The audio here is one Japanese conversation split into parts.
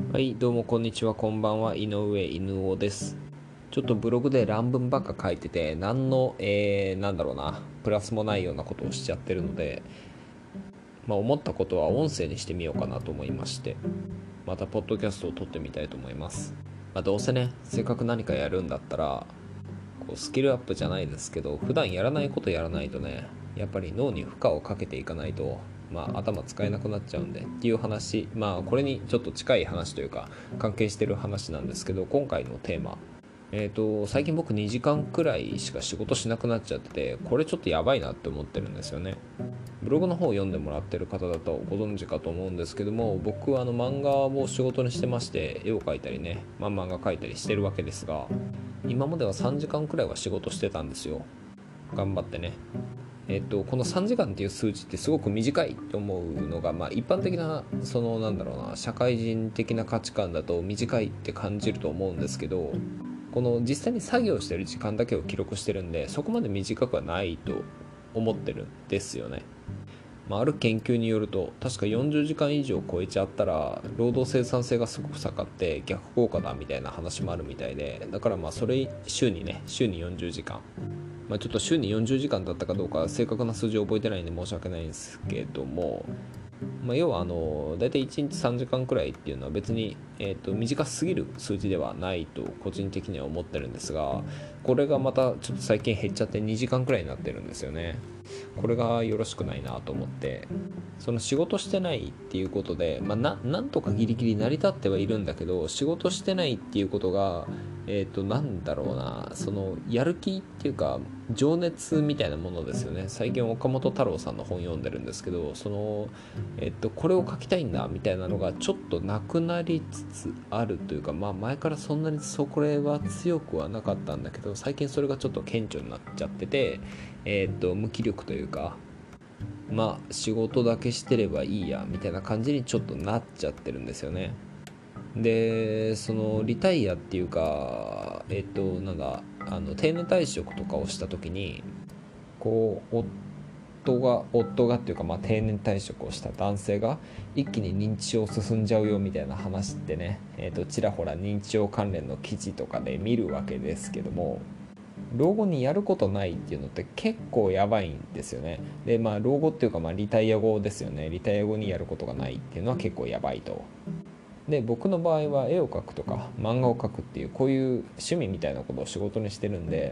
はい、どうもこんにちは、こんばんは、井上犬尾です。ちょっとブログで乱文ばっか書いてて、何の、プラスもないようなことをしちゃってるので、思ったことは音声にしてみようかなと思いまして、またポッドキャストを撮ってみたいと思います。どうせね、せっかく何かやるんだったら、スキルアップじゃないですけど、普段やらないことやらないとね、やっぱり脳に負荷をかけていかないと、頭使えなくなっちゃうんでっていう話、これにちょっと近い話というか関係してる話なんですけど、今回のテーマ、最近僕2時間くらいしか仕事しなくなっちゃってて、これちょっとやばいなって思ってるんですよね。ブログの方を読んでもらってる方だとご存知かと思うんですけども、僕は漫画を仕事にしてまして、絵を描いたりね、漫画描いたりしてるわけですが、今までは3時間くらいは仕事してたんですよ。頑張ってね。この3時間っていう数値ってすごく短いと思うのが、一般的な社会人的な価値観だと短いって感じると思うんですけど、この実際に作業してる時間だけを記録してるんで、そこまで短くはないと思ってるんですよね。ある研究によると、確か40時間以上超えちゃったら労働生産性がすごく下がって逆効果だみたいな話もあるみたいで、だからそれ週に40時間、ちょっと週に40時間だったかどうか正確な数字を覚えてないんで申し訳ないんですけども、要は大体1日3時間くらいっていうのは別に、短すぎる数字ではないと個人的には思ってるんですが、これがまたちょっと最近減っちゃって2時間くらいになってるんですよね。これがよろしくないなと思って、その仕事してないっていうことで、なんとかギリギリ成り立ってはいるんだけど、仕事してないっていうことが、そのやる気っていうか情熱みたいなものですよね。最近岡本太郎さんの本読んでるんですけど、これを書きたいんだみたいなのがちょっとなくなりつつあるというか、前からそんなにこれは強くはなかったんだけど、最近それがちょっと顕著になっちゃってて、無気力というか、仕事だけしてればいいやみたいな感じにちょっとなっちゃってるんですよね。で、そのリタイアっていうか、定年退職とかをした時に、夫がっていうか、定年退職をした男性が一気に認知症進んじゃうよみたいな話ってね、ちらほら認知症関連の記事とかで見るわけですけども、老後にやることないっていうのって結構やばいんですよね。で、老後っていうか、リタイア後ですよね。リタイア後にやることがないっていうのは結構やばいと。で、僕の場合は絵を描くとか漫画を描くっていうこういう趣味みたいなことを仕事にしてるんで、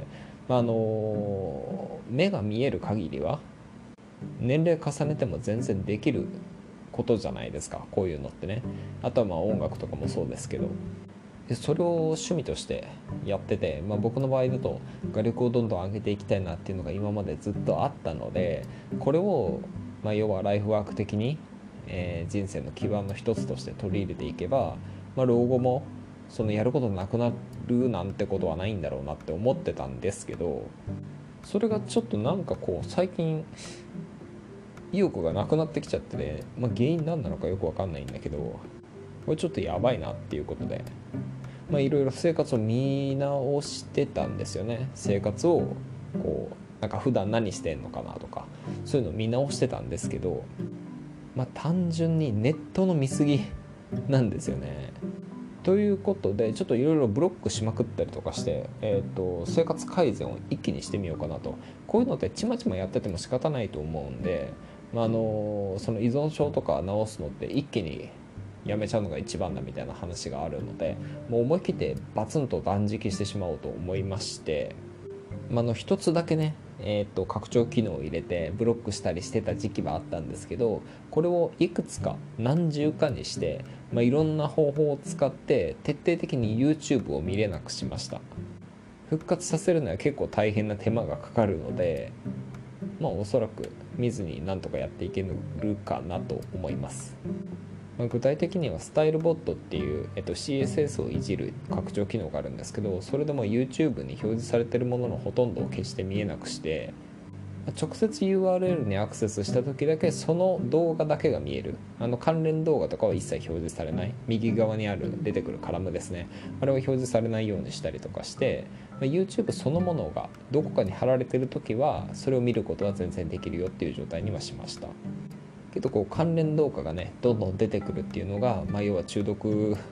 目が見える限りは年齢重ねても全然できることじゃないですか、こういうのってね。あとは音楽とかもそうですけど、でそれを趣味としてやってて、僕の場合だと画力をどんどん上げていきたいなっていうのが今までずっとあったので、これを、要はライフワーク的に、人生の基盤の一つとして取り入れていけば、老後もそのやることなくなるなんてことはないんだろうなって思ってたんですけど、それがちょっと最近意欲がなくなってきちゃってね、原因何なのかよく分かんないんだけど、これちょっとやばいなっていうことで、いろいろ生活を見直してたんですよね。生活を普段何してんのかなとか、そういうのを見直してたんですけど、単純にネットの見過ぎなんですよね。ということでちょっといろいろブロックしまくったりとかして、生活改善を一気にしてみようかなと。こういうのってちまちまやってても仕方ないと思うんで、その依存症とか治すのって一気にやめちゃうのが一番だみたいな話があるので、もう思い切ってバツンと断食してしまおうと思いまして、一つだけね、拡張機能を入れてブロックしたりしてた時期はあったんですけど、これをいくつか何重かにして、いろんな方法を使って徹底的に YouTube を見れなくしました。復活させるのは結構大変な手間がかかるので、おそらく見ずになんとかやっていけるかなと思います。具体的にはスタイルボットっていう、CSS をいじる拡張機能があるんですけど、それでも YouTube に表示されているもののほとんどを消して見えなくして、直接 URL にアクセスした時だけその動画だけが見える、関連動画とかは一切表示されない、右側にある出てくるカラムですね、あれは表示されないようにしたりとかして、YouTube そのものがどこかに貼られてる時はそれを見ることは全然できるよっていう状態にはしましたけど、関連動画がねどんどん出てくるっていうのが、要は中毒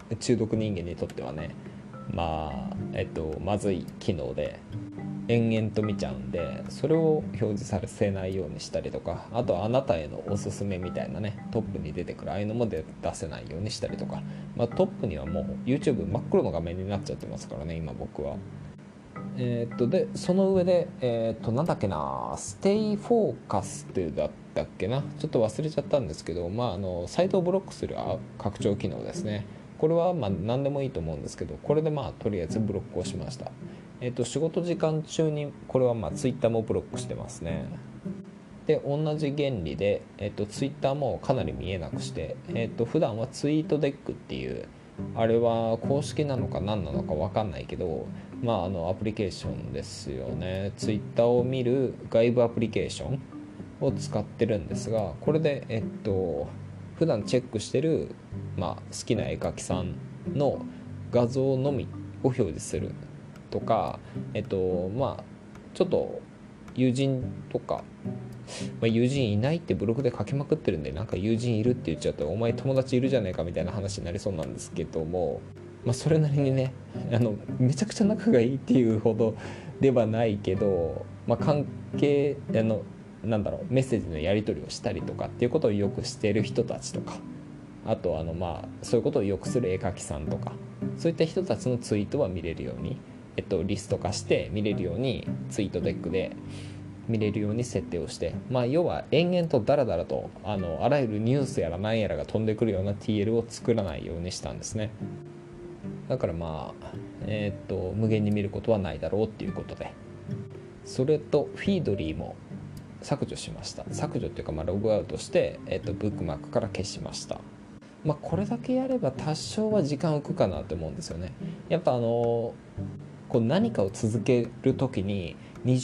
中毒人間にとってはね、まずい機能で延々と見ちゃうんで、それを表示させないようにしたりとか、あとはあなたへのおすすめみたいなね、トップに出てくるああいうのも出せないようにしたりとか、トップにはもう YouTube 真っ黒の画面になっちゃってますからね、今僕は。でその上で、なんだっけな、ステイフォーカスってだったっけな、ちょっと忘れちゃったんですけど、サイトをブロックする拡張機能ですね。これは何でもいいと思うんですけど、これでとりあえずブロックをしました。仕事時間中にこれはTwitter もブロックしてますね。で同じ原理で、Twitter もかなり見えなくして、普段はツイートデックっていう、あれは公式なのか何なのか分かんないけど、アプリケーションですよね。ツイッターを見る外部アプリケーションを使ってるんですが、これで普段チェックしてる、好きな絵描きさんの画像のみを表示するとか、ちょっと友人とか、友人いないってブログで書きまくってるんで、なんか友人いるって言っちゃうとお前友達いるじゃねえかみたいな話になりそうなんですけども、それなりにね、めちゃくちゃ仲がいいっていうほどではないけど、関係なんだろう、メッセージのやり取りをしたりとかっていうことをよくしている人たちとか、あとそういうことをよくする絵描きさんとか、そういった人たちのツイートは見れるように、リスト化して見れるように、ツイートデックで見れるように設定をして、要は延々とダラダラとあらゆるニュースやら何やらが飛んでくるような TL を作らないようにしたんですね。だから無限に見ることはないだろうっていうことで、それとフィードリーも削除しました。削除っていうかログアウトして、ブックマークから消しました。これだけやれば多少は時間浮くかなと思うんですよね。やっぱこう何かを続ける時に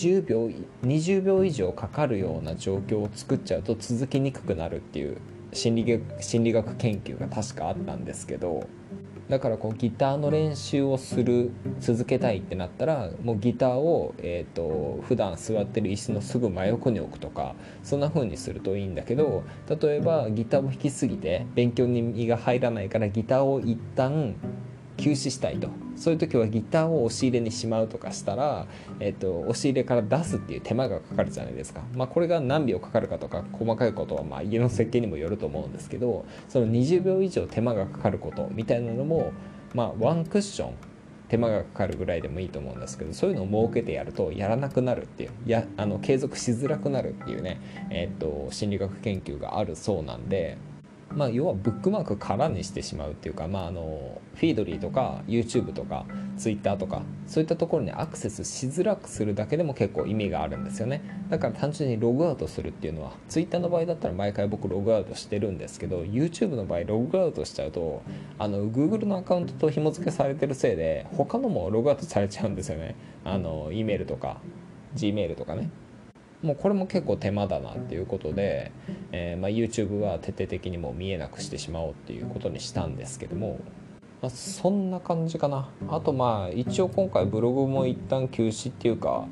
20秒以上かかるような状況を作っちゃうと続きにくくなるっていう心理学研究が確かあったんですけど、だからギターの練習を続けたいってなったら、もうギターを、普段座ってる椅子のすぐ真横に置くとか、そんな風にするといいんだけど、例えばギターを弾きすぎて勉強に身が入らないからギターを一旦休止したいと、そういう時はギターを押し入れにしまうとかしたら、押し入れから出すっていう手間がかかるじゃないですか。これが何秒かかるかとか細かいことは家の設計にもよると思うんですけど、その20秒以上手間がかかることみたいなのも、ワンクッション手間がかかるぐらいでもいいと思うんですけど、そういうのを設けてやるとやらなくなるっていう、継続しづらくなるっていうね、心理学研究があるそうなんで、要はブックマーク空にしてしまうっていうか、フィードリーとか YouTube とか Twitter とかそういったところにアクセスしづらくするだけでも結構意味があるんですよね。だから単純にログアウトするっていうのは、 Twitter の場合だったら毎回僕ログアウトしてるんですけど、 YouTube の場合ログアウトしちゃうとGoogle のアカウントと紐付けされてるせいで他のもログアウトされちゃうんですよね。E メールとか G メールとかね。もうこれも結構手間だなっていうことで、YouTube は徹底的にもう見えなくしてしまおうっていうことにしたんですけども、そんな感じかな。あと一応今回ブログも一旦休止っていうか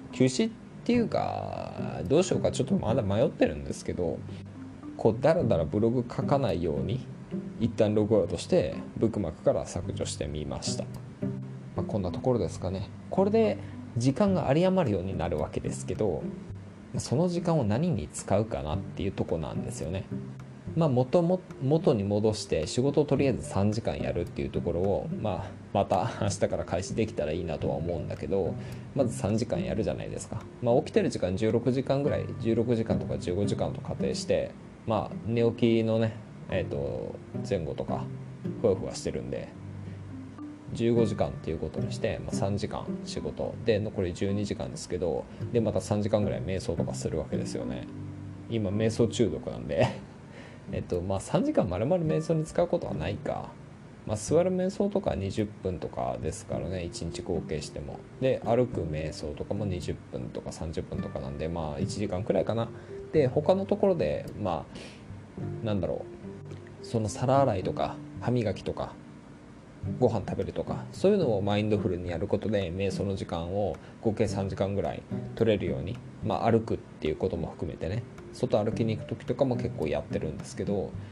どうしようかちょっとまだ迷ってるんですけど、だらだらブログ書かないように一旦ログアウトしてブックマークから削除してみました。こんなところですかね。これで時間が有り余るようになるわけですけど、その時間を何に使うかなっていうとこなんですよね。元に戻して仕事をとりあえず3時間やるっていうところを、また明日から開始できたらいいなとは思うんだけど、まず3時間やるじゃないですか。起きてる時間16時間ぐらい、16時間とか15時間と仮定して、寝起きのね、前後とかふわふわしてるんで15時間っていうことにして、3時間仕事で残り12時間ですけど、でまた3時間ぐらい瞑想とかするわけですよね。今瞑想中毒なんで3時間丸々瞑想に使うことはないか。座る瞑想とか20分とかですからね、1日合計しても。で歩く瞑想とかも20分とか30分とかなんで、1時間くらいかな。で他のところでなんだろう、その皿洗いとか歯磨きとかご飯食べるとか、そういうのをマインドフルにやることで瞑想の時間を合計3時間ぐらい取れるように、歩くっていうことも含めてね、外歩きに行く時とかも結構やってるんですけど、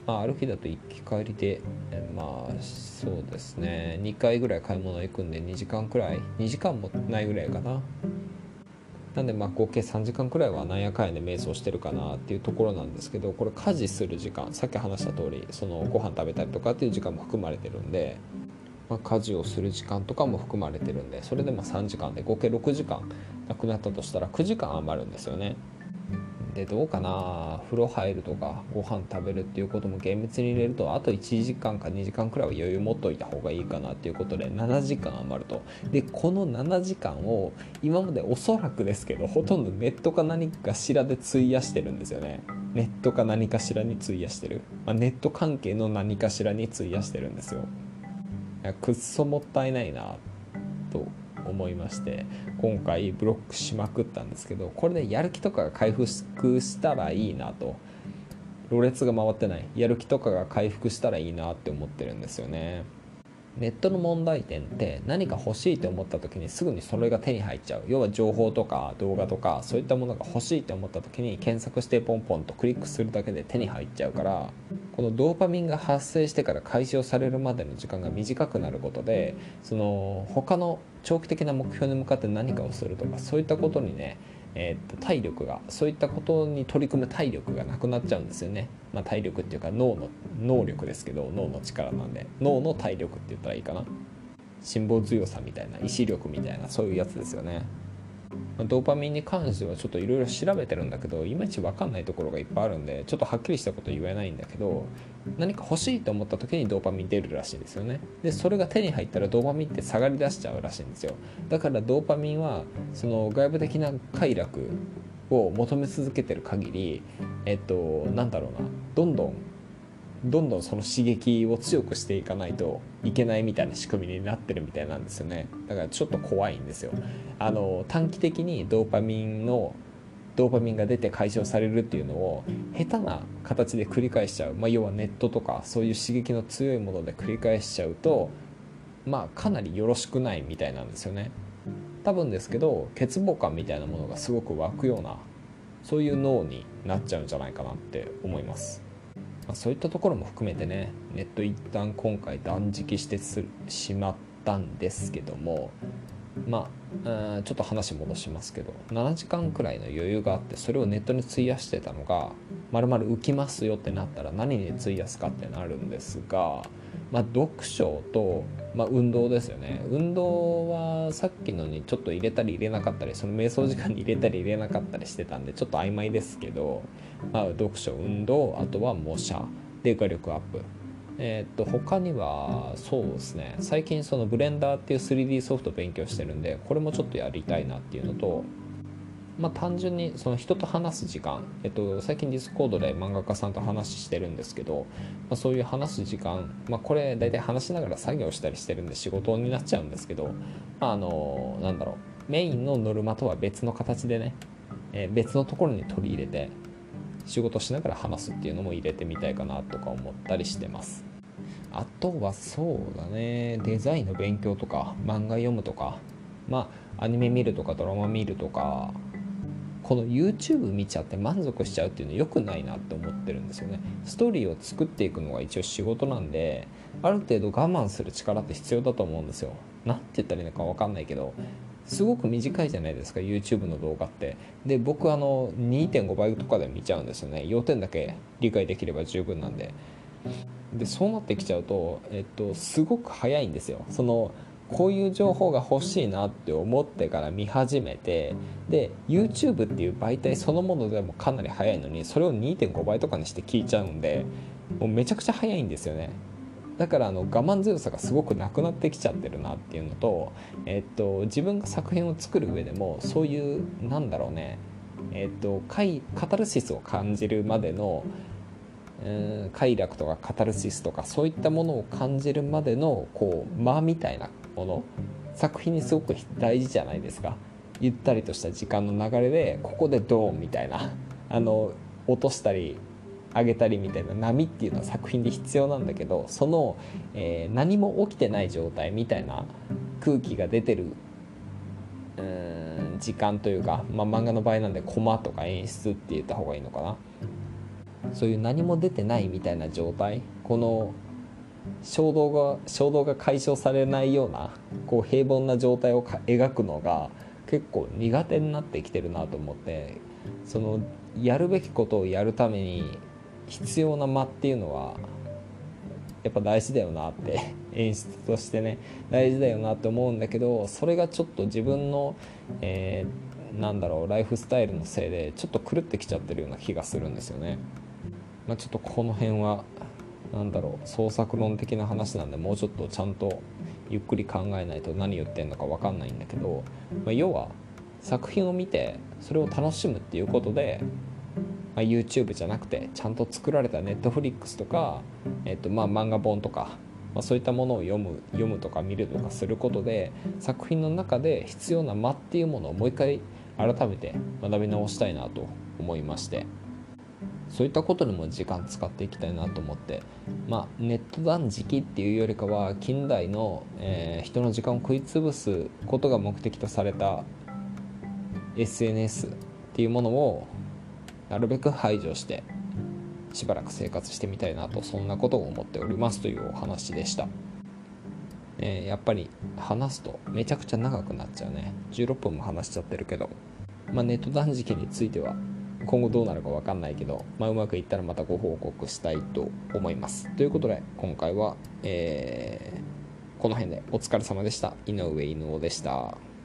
歩きだと行き帰りでそうですね、2回ぐらい買い物行くんで2時間くらい、2時間もないぐらいかな。なんで合計3時間くらいはなんやかんやで瞑想してるかなっていうところなんですけど、これ家事する時間、さっき話した通りそのご飯食べたりとかっていう時間も含まれてるんで、家事をする時間とかも含まれてるんで、それで3時間で合計6時間なくなったとしたら9時間余るんですよね。でどうかな、風呂入るとかご飯食べるっていうことも厳密に入れるとあと1時間か2時間くらいは余裕持っといた方がいいかなっていうことで7時間余ると。でこの7時間を今までおそらくですけどほとんどネットか何かしらで費やしてるんですよね。ネットか何かしらに費やしてる、ネット関係の何かしらに費やしてるんですよ。いやくっそもったいないなと思いまして、今回ブロックしまくったんですけど、これでやる気とかが回復したらいいなと、ろれつが回ってないやる気とかが回復したらいいなって思ってるんですよね。ネットの問題点って何か欲しいと思った時にすぐにそれが手に入っちゃう。要は情報とか動画とかそういったものが欲しいと思った時に検索してポンポンとクリックするだけで手に入っちゃうから、このドーパミンが発生してから解消されるまでの時間が短くなることで、その他の長期的な目標に向かって何かをするとかそういったことにね、体力が、そういったことに取り組む体力がなくなっちゃうんですよね。体力っていうか脳の能力ですけど、脳の力なんで脳の体力って言ったらいいかな。辛抱強さみたいな、意志力みたいな、そういうやつですよね。ドーパミンに関してはちょっといろいろ調べてるんだけどいまいち分かんないところがいっぱいあるんでちょっとはっきりしたこと言えないんだけど、何か欲しいと思った時にドーパミン出るらしいんですよね。でそれが手に入ったらドーパミンって下がりだしちゃうらしいんですよ。だからドーパミンはその外部的な快楽を求め続けてる限りなんだろうな、どんどんその刺激を強くしていかないといけないみたいな仕組みになってるみたいなんですよね。だからちょっと怖いんですよ。短期的にドーパミンが出て解消されるっていうのを下手な形で繰り返しちゃう、要はネットとかそういう刺激の強いもので繰り返しちゃうとかなりよろしくないみたいなんですよね。多分ですけど欠乏感みたいなものがすごく湧くような、そういう脳になっちゃうんじゃないかなって思います。そういったところも含めてね、ネット一旦今回断食してしまったんですけども、ちょっと話戻しますけど7時間くらいの余裕があってそれをネットに費やしてたのがまるまる浮きますよってなったら何に費やすかってなるんですが、読書と、運動ですよね。運動はさっきのにちょっと入れたり入れなかったり、その瞑想時間に入れたり入れなかったりしてたんでちょっと曖昧ですけど、読書、運動、あとは模写で画力アップ、他にはそうですね、最近そのブレンダーっていう 3D ソフトを勉強してるんでこれもちょっとやりたいなっていうのと、単純にその人と話す時間、最近ディスコードで漫画家さんと話してるんですけど、そういう話す時間、これ大体話しながら作業したりしてるんで仕事になっちゃうんですけど、なんだろう、メインのノルマとは別の形でね、別のところに取り入れて仕事しながら話すっていうのも入れてみたいかなとか思ったりしてます。あとはそうだね、デザインの勉強とか漫画読むとか、アニメ見るとかドラマ見るとか、この YouTube 見ちゃって満足しちゃうっていうの良くないなって思ってるんですよね。ストーリーを作っていくのが一応仕事なんで、ある程度我慢する力って必要だと思うんですよ。なんて言ったらいいのか分かんないけど、すごく短いじゃないですか YouTube の動画って。で僕2.5 倍とかで見ちゃうんですよね。要点だけ理解できれば十分なんで。そうなってきちゃうと、すごく早いんですよ。こういう情報が欲しいなって思ってから見始めて、で YouTube っていう媒体そのものでもかなり早いのにそれを2.5倍とかにして聞いちゃうんで、もうめちゃくちゃ早いんですよね。だから我慢強さがすごくなくなってきちゃってるなっていうのと、自分が作品を作る上でもそういうなんだろうね、カタルシスを感じるまでの快楽とかカタルシスとかそういったものを感じるまでの間みたいなもの、作品にすごく大事じゃないですか。ゆったりとした時間の流れでここでドーンみたいな落としたり上げたりみたいな波っていうのは作品で必要なんだけど、何も起きてない状態みたいな空気が出てる時間というか、漫画の場合なんでコマとか演出って言った方がいいのかな。 そういう何も出てないみたいな状態、この衝動が解消されないようなこう平凡な状態を描くのが結構苦手になってきてるなと思って、そのやるべきことをやるために必要な間っていうのはやっぱ大事だよなって演出としてね大事だよなって思うんだけど、それがちょっと自分の、ライフスタイルのせいでちょっと狂ってきちゃってるような気がするんですよね。ちょっとこの辺は創作論的な話なんで、もうちょっとちゃんとゆっくり考えないと何言ってんのか分かんないんだけど、要は作品を見てそれを楽しむっていうことで、YouTube じゃなくてちゃんと作られた Netflix とか、漫画本とか、そういったものを読むとか見るとかすることで、作品の中で必要な間っていうものをもう一回改めて学び直したいなと思いまして、そういったことにも時間使っていきたいなと思って、ネット断食っていうよりかは近代の、人の時間を食い潰すことが目的とされた SNS っていうものをなるべく排除してしばらく生活してみたいなと、そんなことを思っておりますというお話でした。やっぱり話すとめちゃくちゃ長くなっちゃうね。16分も話しちゃってるけど、ネット断食については今後どうなるか分かんないけど、うまくいったらまたご報告したいと思います。ということで今回は、この辺でお疲れ様でした。井上犬尾でした。